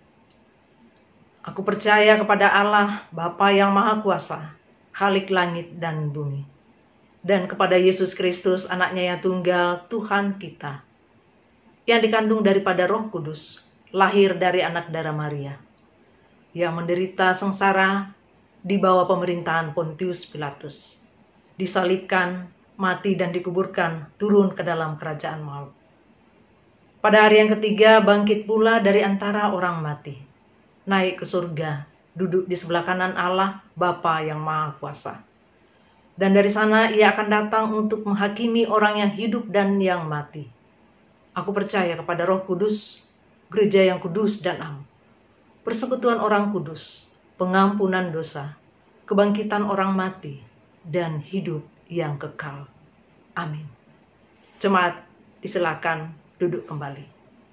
Aku percaya kepada Allah, Bapa yang Maha Kuasa, Khalik langit dan bumi, dan kepada Yesus Kristus, anaknya yang tunggal, Tuhan kita, yang dikandung daripada Roh Kudus, lahir dari anak darah Maria, yang menderita sengsara di bawah pemerintahan Pontius Pilatus, disalibkan, mati dan dikuburkan, turun ke dalam kerajaan maut. Pada hari yang ketiga bangkit pula dari antara orang mati, naik ke surga, duduk di sebelah kanan Allah, Bapa yang Maha Kuasa. Dan dari sana ia akan datang untuk menghakimi orang yang hidup dan yang mati. Aku percaya kepada Roh Kudus, gereja yang kudus dan am, persekutuan orang kudus, pengampunan dosa, kebangkitan orang mati, dan hidup yang kekal. Amin. Jemaat, disilakan duduk kembali.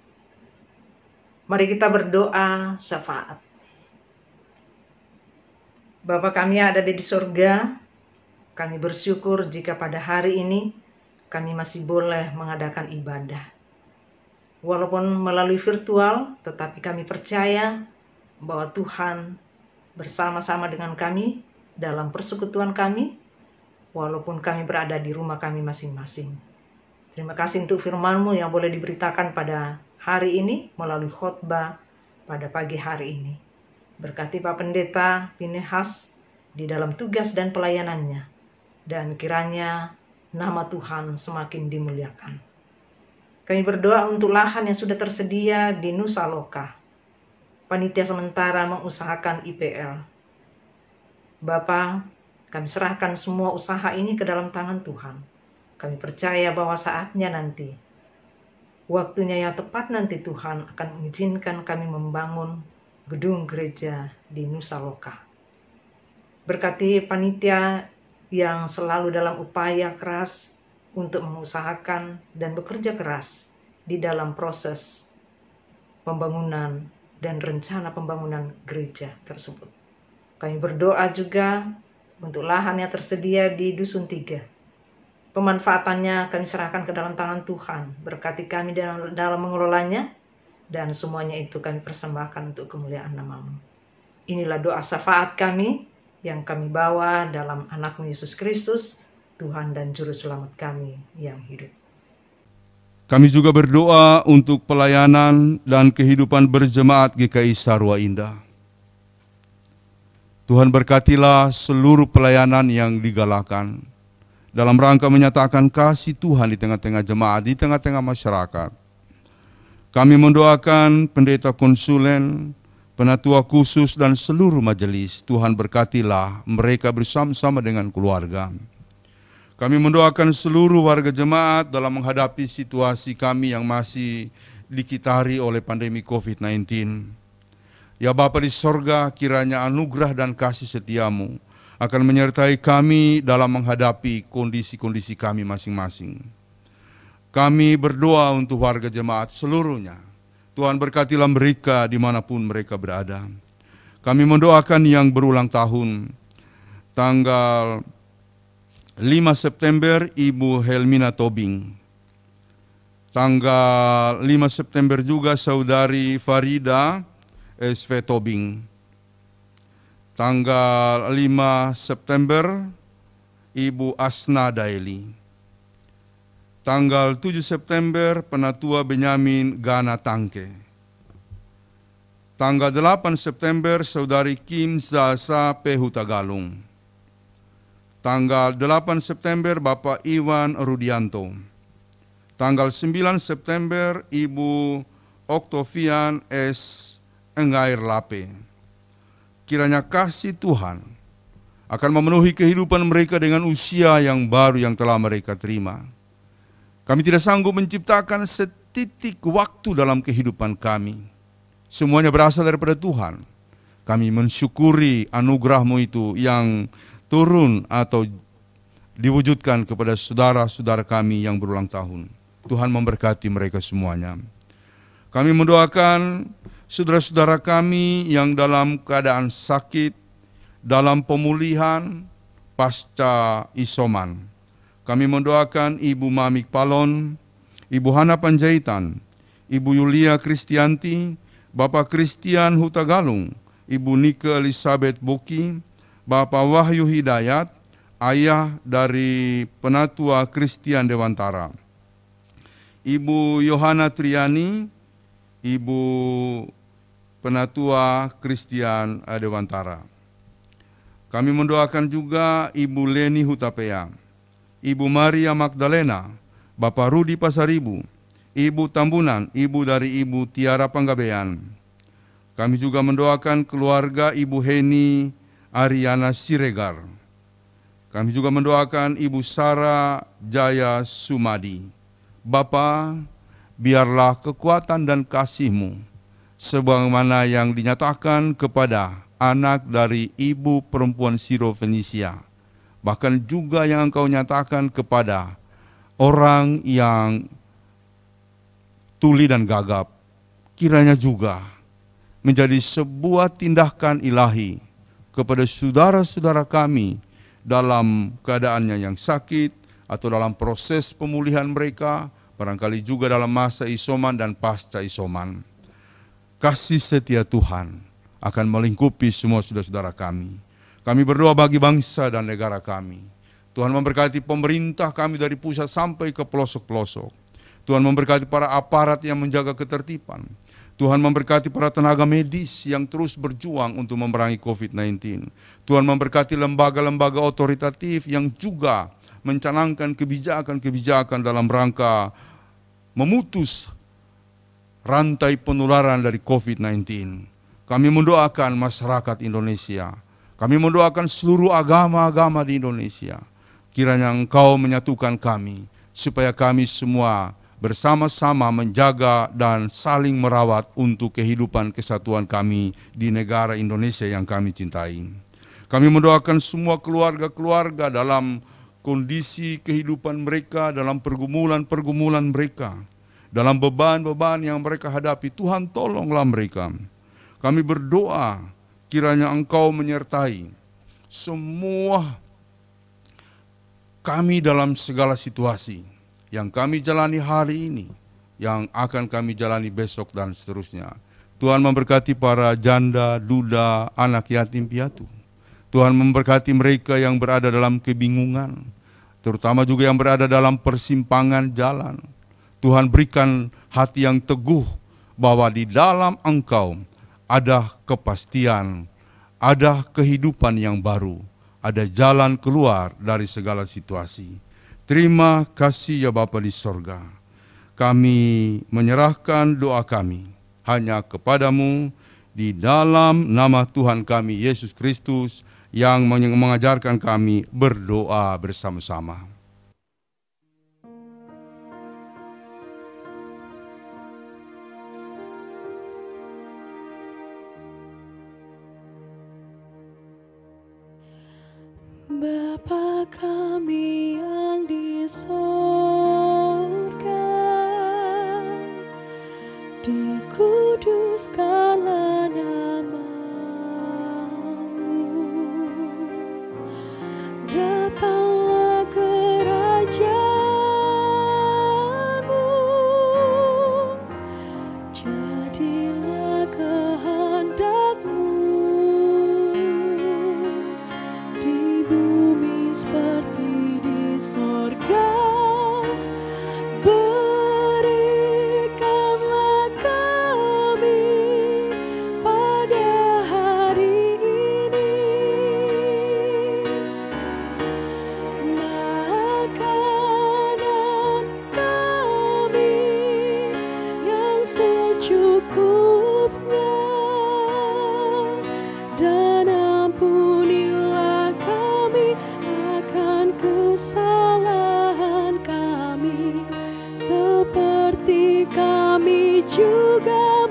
Mari kita berdoa syafaat. Bapa kami yang ada di surga, kami bersyukur jika pada hari ini kami masih boleh mengadakan ibadah. Walaupun melalui virtual, tetapi kami percaya bahwa Tuhan bersama-sama dengan kami dalam persekutuan kami, walaupun kami berada di rumah kami masing-masing. Terima kasih untuk firman-Mu yang boleh diberitakan pada hari ini melalui khotbah pada pagi hari ini. Berkati Pak Pendeta Pinehas di dalam tugas dan pelayanannya, dan kiranya nama Tuhan semakin dimuliakan. Kami berdoa untuk lahan yang sudah tersedia di Nusa Loka. Panitia sementara mengusahakan I P L. Bapa, kami serahkan semua usaha ini ke dalam tangan Tuhan. Kami percaya bahwa saatnya nanti, waktunya yang tepat nanti Tuhan akan mengizinkan kami membangun gedung gereja di Nusa Loka. Berkati panitia yang selalu dalam upaya keras untuk mengusahakan dan bekerja keras di dalam proses pembangunan dan rencana pembangunan gereja tersebut. Kami berdoa juga untuk lahan yang tersedia di Dusun Tiga. Pemanfaatannya kami serahkan ke dalam tangan Tuhan. Berkati kami dalam, dalam mengelolanya, dan semuanya itu kami persembahkan untuk kemuliaan nama-Mu. Inilah doa syafaat kami yang kami bawa dalam anak-Mu Yesus Kristus, Tuhan dan Juru Selamat kami yang hidup. Kami juga berdoa untuk pelayanan dan kehidupan berjemaat G K I Sarwa Indah. Tuhan berkatilah seluruh pelayanan yang digalakan dalam rangka menyatakan kasih Tuhan di tengah-tengah jemaat, di tengah-tengah masyarakat. Kami mendoakan pendeta konsulen, penatua khusus dan seluruh majelis. Tuhan berkatilah mereka bersama-sama dengan keluarga. Kami mendoakan seluruh warga jemaat dalam menghadapi situasi kami yang masih dikitari oleh pandemi covid sembilan belas. Ya Bapa di sorga, kiranya anugerah dan kasih setiamu akan menyertai kami dalam menghadapi kondisi-kondisi kami masing-masing. Kami berdoa untuk warga jemaat seluruhnya. Tuhan berkatilah mereka dimanapun mereka berada. Kami mendoakan yang berulang tahun, tanggal lima September Ibu Helmina Tobing. Tanggal lima September juga Saudari Farida S V Tobing. Tanggal lima September Ibu Asna Daeli. Tanggal tujuh September Penatua Benyamin Gana Tangke. Tanggal delapan September Saudari Kim Zaza P. Hutagalung. Tanggal delapan September Bapak Iwan Rudianto. Tanggal sembilan September Ibu Oktavian S. Engair Lape. Kiranya kasih Tuhan akan memenuhi kehidupan mereka dengan usia yang baru yang telah mereka terima. Kami tidak sanggup menciptakan setitik waktu dalam kehidupan kami. Semuanya berasal daripada Tuhan. Kami mensyukuri anugerah-Mu itu yang turun atau diwujudkan kepada saudara-saudara kami yang berulang tahun. Tuhan memberkati mereka semuanya. Kami mendoakan saudara-saudara kami yang dalam keadaan sakit, dalam pemulihan pasca isoman. Kami mendoakan Ibu Mamik Palon, Ibu Hana Panjaitan, Ibu Yulia Kristianti, Bapak Christian Hutagalung, Ibu Nike Elizabeth Boki, Bapak Wahyu Hidayat, ayah dari Penatua Christian Dewantara, Ibu Yohana Triani, Ibu Penatua Christian Dewantara. Kami mendoakan juga Ibu Leni Hutapea, Ibu Maria Magdalena, Bapak Rudi Pasaribu, Ibu Tambunan, Ibu dari Ibu Tiara Panggabean. Kami juga mendoakan keluarga Ibu Heni Ariana Siregar. Kami juga mendoakan Ibu Sara Jaya Sumadi. Bapa, biarlah kekuatan dan kasih-Mu sebagaimana yang dinyatakan kepada anak dari ibu perempuan Siro-Fenisia, bahkan juga yang Engkau nyatakan kepada orang yang tuli dan gagap, kiranya juga menjadi sebuah tindakan ilahi kepada saudara-saudara kami dalam keadaannya yang sakit atau dalam proses pemulihan mereka, barangkali juga dalam masa isoman dan pasca isoman. Kasih setia Tuhan akan melingkupi semua saudara-saudara kami. Kami berdoa bagi bangsa dan negara kami. Tuhan memberkati pemerintah kami dari pusat sampai ke pelosok-pelosok. Tuhan memberkati para aparat yang menjaga ketertiban. Tuhan memberkati para tenaga medis yang terus berjuang untuk memerangi covid sembilan belas. Tuhan memberkati lembaga-lembaga otoritatif yang juga mencanangkan kebijakan-kebijakan dalam rangka memutus rantai penularan dari covid sembilan belas. Kami mendoakan masyarakat Indonesia. Kami mendoakan seluruh agama-agama di Indonesia. Kiranya Engkau menyatukan kami, supaya kami semua bersama-sama menjaga dan saling merawat untuk kehidupan kesatuan kami di negara Indonesia yang kami cintai. Kami mendoakan semua keluarga-keluarga dalam kondisi kehidupan mereka, dalam pergumulan-pergumulan mereka, dalam beban-beban yang mereka hadapi. Tuhan, tolonglah mereka. Kami berdoa kiranya Engkau menyertai semua kami dalam segala situasi yang kami jalani hari ini, yang akan kami jalani besok dan seterusnya. Tuhan memberkati para janda, duda, anak yatim piatu. Tuhan memberkati mereka yang berada dalam kebingungan, terutama juga yang berada dalam persimpangan jalan. Tuhan berikan hati yang teguh bahwa di dalam Engkau ada kepastian, ada kehidupan yang baru, ada jalan keluar dari segala situasi. Terima kasih ya Bapa di sorga. Kami menyerahkan doa kami hanya kepadamu di dalam nama Tuhan kami Yesus Kristus yang mengajarkan kami berdoa bersama-sama. Bapa kami yang di sorga, dikuduskanlah namamu, datanglah kerajaanmu, jadilah kehendakmu di bumi seperti di sorga. Berikanlah kami pada hari ini makanan kami yang secukupnya, dan ampunilah kami akan kesalahan kami, seperti kami juga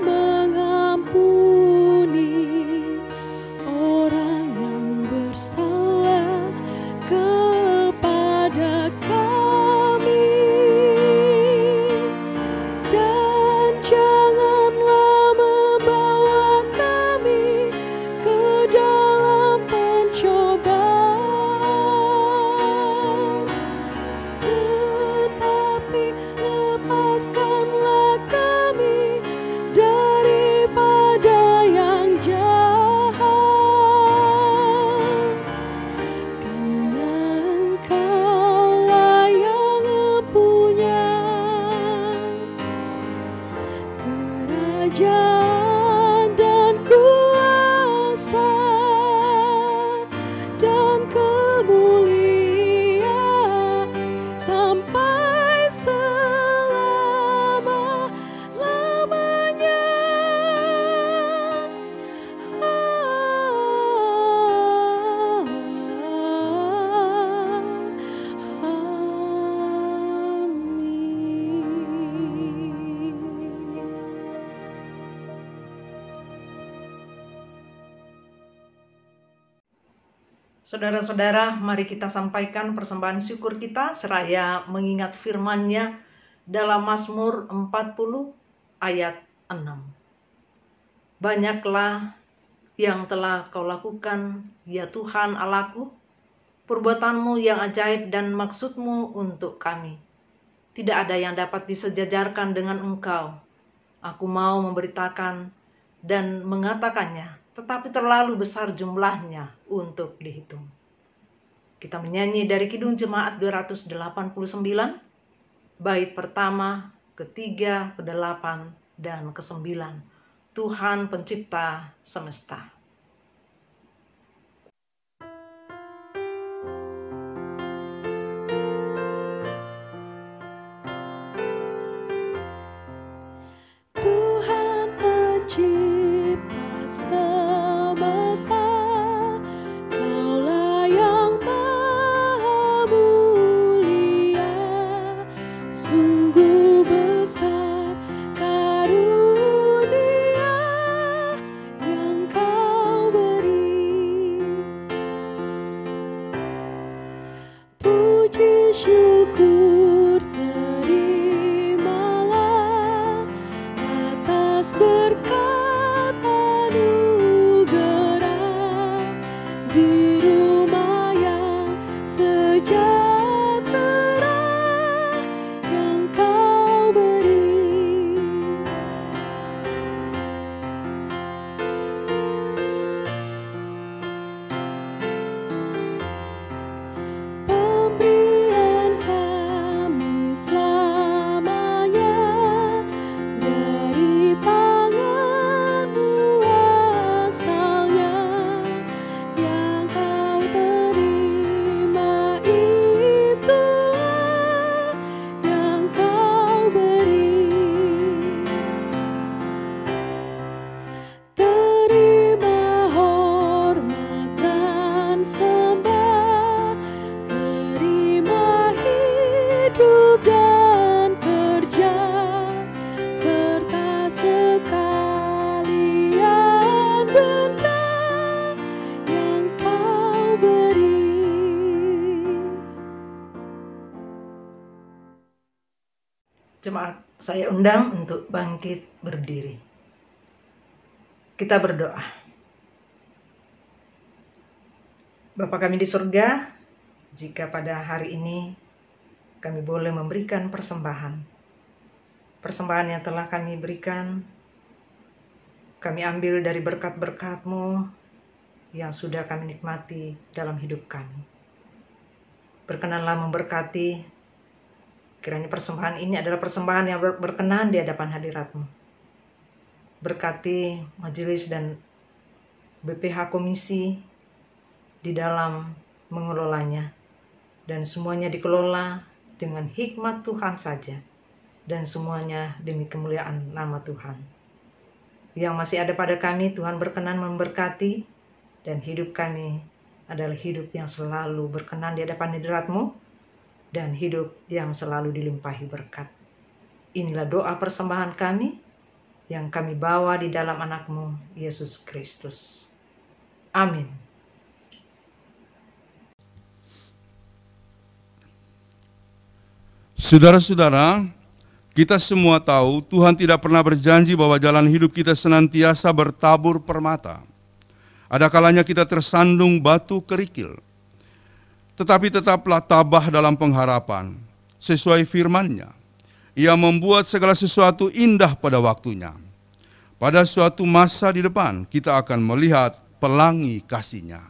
mengampuni orang yang bersalah kepada kami. Dan janganlah membawa kami ke dalam pencobaan, tetapi lepaskanlah kami daripada yang jahat. Karena Engkaulah yang mempunyai kerajaan dan kuasa dan kemuliaan sampai selama-lamanya. Amin. Saudara-saudara, mari kita sampaikan persembahan syukur kita seraya mengingat firman-Nya dalam Mazmur empat puluh ayat enam. Banyaklah yang telah Kau lakukan, ya Tuhan Allahku, perbuatan-Mu yang ajaib dan maksud-Mu untuk kami. Tidak ada yang dapat disejajarkan dengan Engkau. Aku mau memberitakan dan mengatakannya, tetapi terlalu besar jumlahnya untuk dihitung. Kita menyanyi dari Kidung Jemaat dua ratus delapan puluh sembilan, bait pertama, ketiga, kedelapan, dan kesembilan. Tuhan Pencipta Semesta. syukur terimalah atas berkat anugerah di rumah yang sejahtera yang Kau beri. Pemberian kami selamanya dari tangan-Mu asalnya, yang Kau terima itulah yang Kau beri. Terima hormat dan sembah, terima hidup dan kerja, serta sekalian benda yang Kau beri. Jemaat, saya undang untuk bangkit berdiri. Kita berdoa. Bapa kami di surga, jika pada hari ini kami boleh memberikan persembahan, persembahan yang telah kami berikan, kami ambil dari berkat-berkat-Mu yang sudah kami nikmati dalam hidup kami. Berkenanlah memberkati, kiranya persembahan ini adalah persembahan yang ber- berkenan di hadapan hadirat-Mu. Berkati majelis dan B P H komisi di dalam mengelolanya, dan semuanya dikelola dengan hikmat Tuhan saja, dan semuanya demi kemuliaan nama Tuhan. Yang masih ada pada kami, Tuhan berkenan memberkati, dan hidup kami adalah hidup yang selalu berkenan di hadapan hadirat-Mu, dan hidup yang selalu dilimpahi berkat. Inilah doa persembahan kami yang kami bawa di dalam anak-Mu, Yesus Kristus. Amin. Saudara-saudara, kita semua tahu Tuhan tidak pernah berjanji bahwa jalan hidup kita senantiasa bertabur permata. Ada kalanya kita tersandung batu kerikil, tetapi tetaplah tabah dalam pengharapan. Sesuai firman-Nya, Ia membuat segala sesuatu indah pada waktunya. Pada suatu masa di depan, kita akan melihat pelangi kasih-Nya.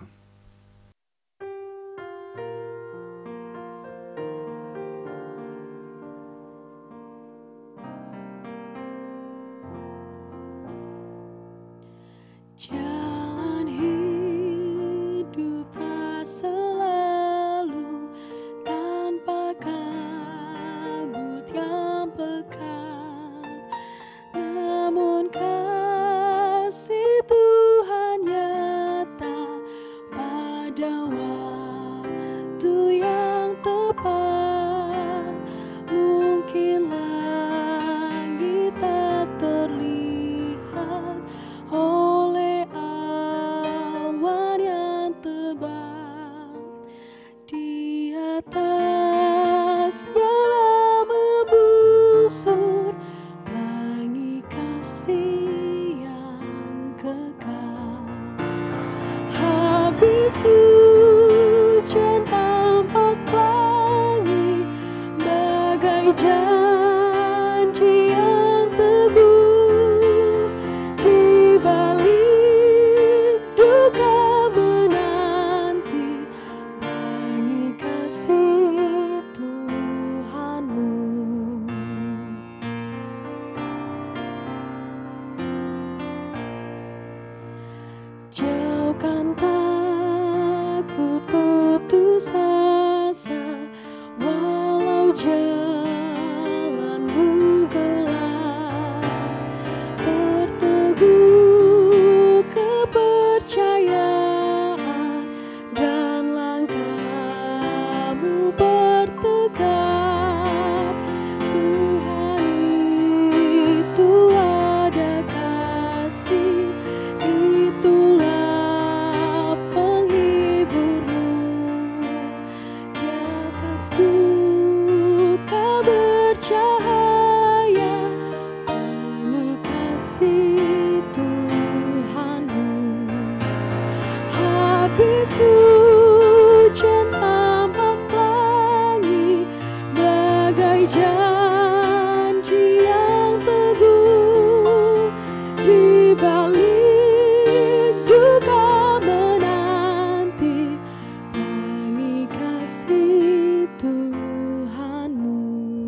Jalan hidup tak selalu tanpa kabut yang pekat, namun kasih Tuhan nyata pada waktu yang tepat. Mungkin langit tak terlihat oleh awan yang tebal, di atasnya lah membusur pelangi kasih yang kekal. Habis hujan tampak pelangi, bagai janji yang teguh. Di balik duka menanti pelangi kasih Tuhanmu. Jauhkan takut putus asa, walau jalanmu gelap. Berteguh kepercayaan dan langkahmu bertegap. Tuhan itu ada kasih, itulah penghiburmu di atas dunia. bercahaya penuh kasih Tuhanmu. Habis hujan amat pelangi, bagai janji yang teguh, di balik duka menanti pelangi kasih Tuhanmu.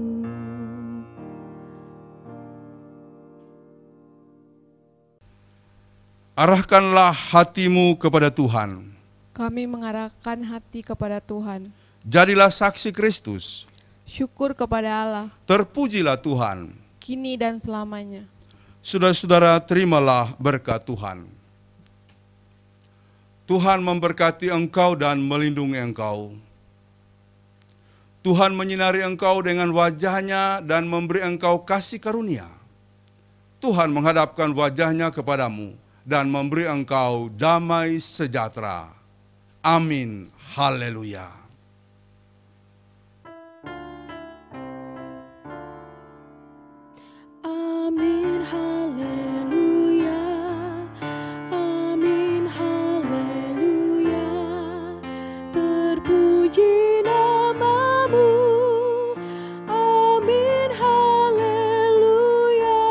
Arahkanlah hatimu kepada Tuhan. Kami mengarahkan hati kepada Tuhan. Jadilah saksi Kristus. Syukur kepada Allah, Terpujilah Tuhan. kini dan selamanya. Saudara-saudara, terimalah berkat Tuhan. Tuhan memberkati engkau dan melindungi engkau. Tuhan menyinari engkau dengan wajahnya dan memberi engkau kasih karunia. Tuhan menghadapkan wajahnya kepadamu dan memberi engkau damai sejahtera. Amin. Haleluya. Amin, haleluya. Amin, haleluya. Terpuji namamu. Amin, haleluya.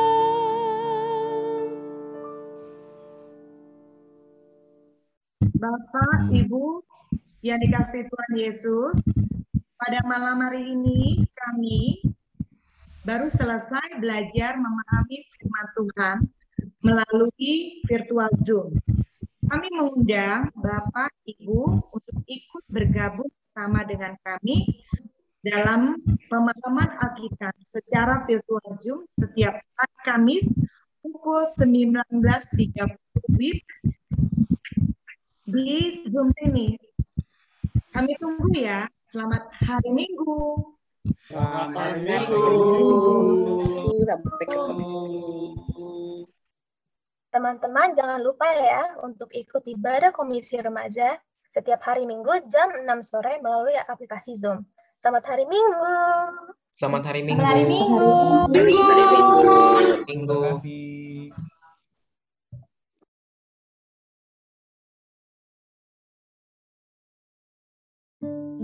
Bapak, Ibu, yang dikasihi Tuhan Yesus, pada malam hari ini kami baru selesai belajar memahami firman Tuhan melalui virtual Zoom. Kami mengundang Bapak, Ibu untuk ikut bergabung bersama dengan kami dalam pemahaman Alkitab secara virtual Zoom setiap hari Kamis pukul sembilan belas tiga puluh W I B di Zoom ini. Kami tunggu ya. Selamat hari Minggu. Selamat hari Minggu. Sampai ketemu. Teman-teman jangan lupa ya untuk ikut ibadah komisi remaja setiap hari Minggu jam enam sore melalui aplikasi Zoom. Selamat hari Minggu. Selamat hari Minggu. Selamat hari Minggu. Selamat hari Minggu. Minggu.